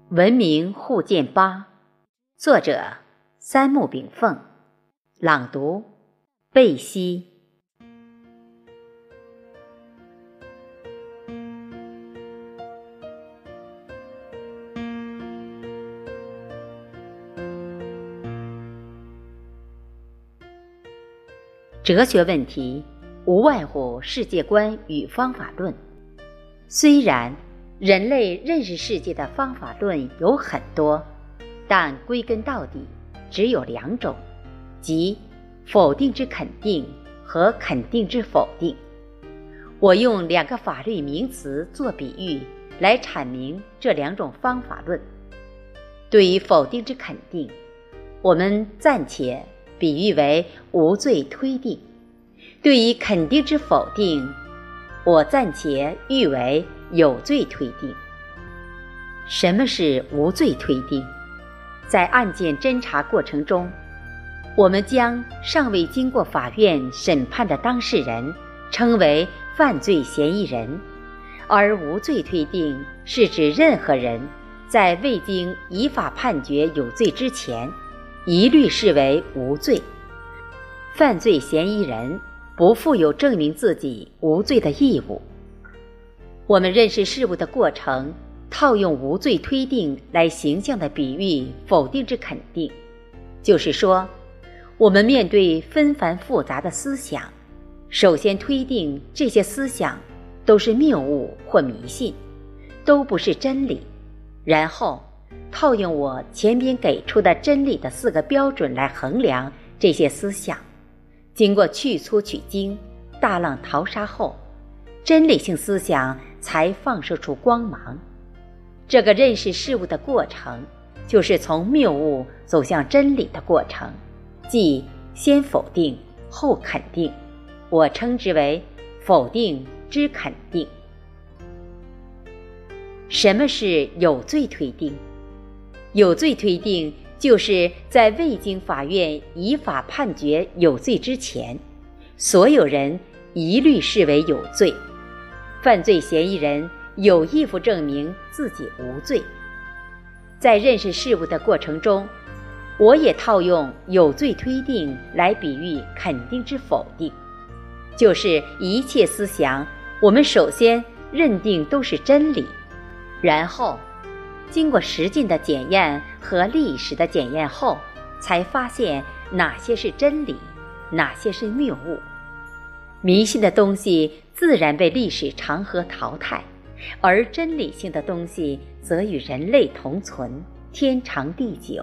文明互鉴八，作者三木炳凤，朗读贝西。哲学问题无外乎世界观与方法论。虽然人类认识世界的方法论有很多，但归根到底只有两种，即否定之肯定和肯定之否定。我用两个法律名词做比喻来阐明这两种方法论。对于否定之肯定，我们暂且比喻为无罪推定；对于肯定之否定，我暂且喻为有罪推定。什么是无罪推定？在案件侦查过程中，我们将尚未经过法院审判的当事人称为犯罪嫌疑人，而无罪推定是指任何人在未经依法判决有罪之前，一律视为无罪。犯罪嫌疑人不负有证明自己无罪的义务。我们认识事物的过程，套用无罪推定来形象地比喻否定之肯定，就是说，我们面对纷繁复杂的思想，首先推定这些思想都是谬误或迷信，都不是真理，然后套用我前边给出的真理的4个标准来衡量这些思想，经过去粗取精、大浪淘沙后，真理性思想才放射出光芒。这个认识事物的过程，就是从谬误走向真理的过程，即先否定后肯定，我称之为否定之肯定。什么是有罪推定？有罪推定就是在未经法院依法判决有罪之前，所有人一律视为有罪，犯罪嫌疑人有义务证明自己无罪。在认识事物的过程中，我也套用有罪推定来比喻肯定之否定，就是一切思想我们首先认定都是真理，然后经过实践的检验和历史的检验后，才发现哪些是真理，哪些是谬误。迷信的东西自然被历史长河淘汰，而真理性的东西则与人类同存，天长地久。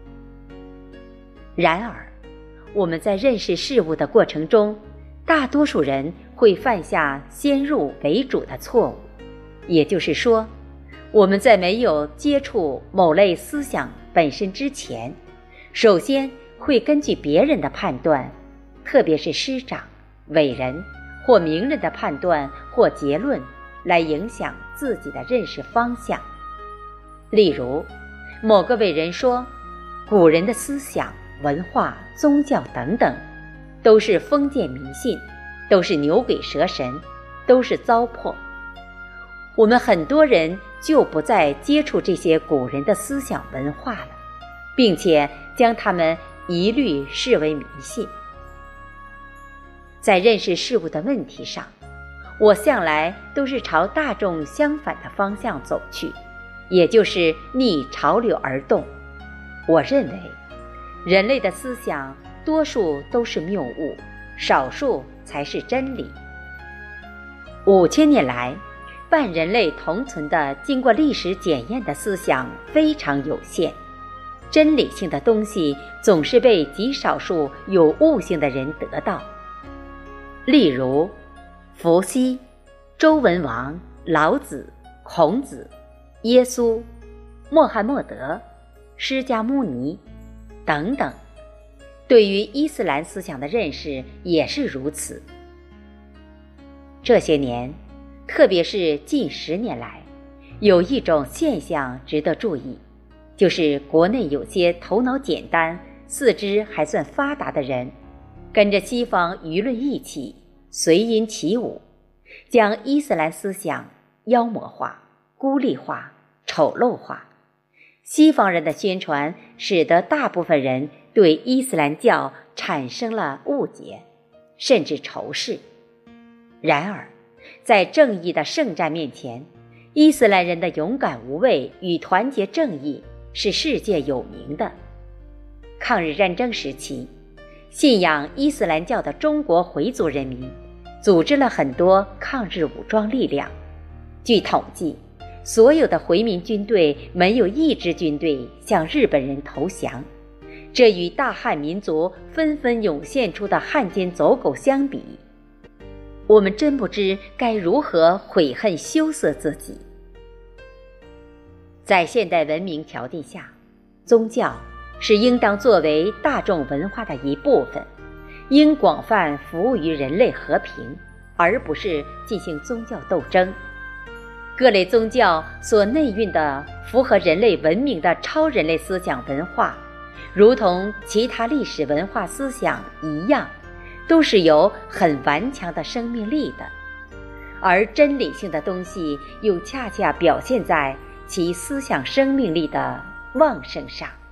然而，我们在认识事物的过程中，大多数人会犯下先入为主的错误，也就是说，我们在没有接触某类思想本身之前，首先会根据别人的判断，特别是师长、伟人或名人的判断或结论，来影响自己的认识方向。例如，某个伟人说，古人的思想、文化、宗教等等，都是封建迷信，都是牛鬼蛇神，都是糟粕。我们很多人就不再接触这些古人的思想文化了，并且将它们一律视为迷信。在认识事物的问题上，我向来都是朝大众相反的方向走去，也就是逆潮流而动。我认为，人类的思想多数都是谬误，少数才是真理。5000年来，伴人类同存的经过历史检验的思想非常有限，真理性的东西总是被极少数有悟性的人得到。例如，伏羲、周文王、老子、孔子、耶稣、穆罕默德、释迦牟尼等等，对于伊斯兰思想的认识也是如此。这些年，特别是近10年来，有一种现象值得注意，就是国内有些头脑简单、四肢还算发达的人，跟着西方舆论一起随音起舞，将伊斯兰思想妖魔化、孤立化、丑陋化， 西方人的宣传使得大部分人对伊斯兰教产生了误解，甚至仇视。然而，在正义的圣战面前，伊斯兰人的勇敢无畏与团结正义是世界有名的。抗日战争时期，信仰伊斯兰教的中国回族人民组织了很多抗日武装力量。据统计，所有的回民军队没有一支军队向日本人投降，这与大汉民族纷纷涌现出的汉奸走狗相比，我们真不知该如何悔恨羞涩自己。在现代文明条件下，宗教是应当作为大众文化的一部分，应广泛服务于人类和平，而不是进行宗教斗争。各类宗教所内蕴的符合人类文明的超人类思想文化，如同其他历史文化思想一样，都是有很顽强的生命力的，而真理性的东西又恰恰表现在其思想生命力的旺盛上。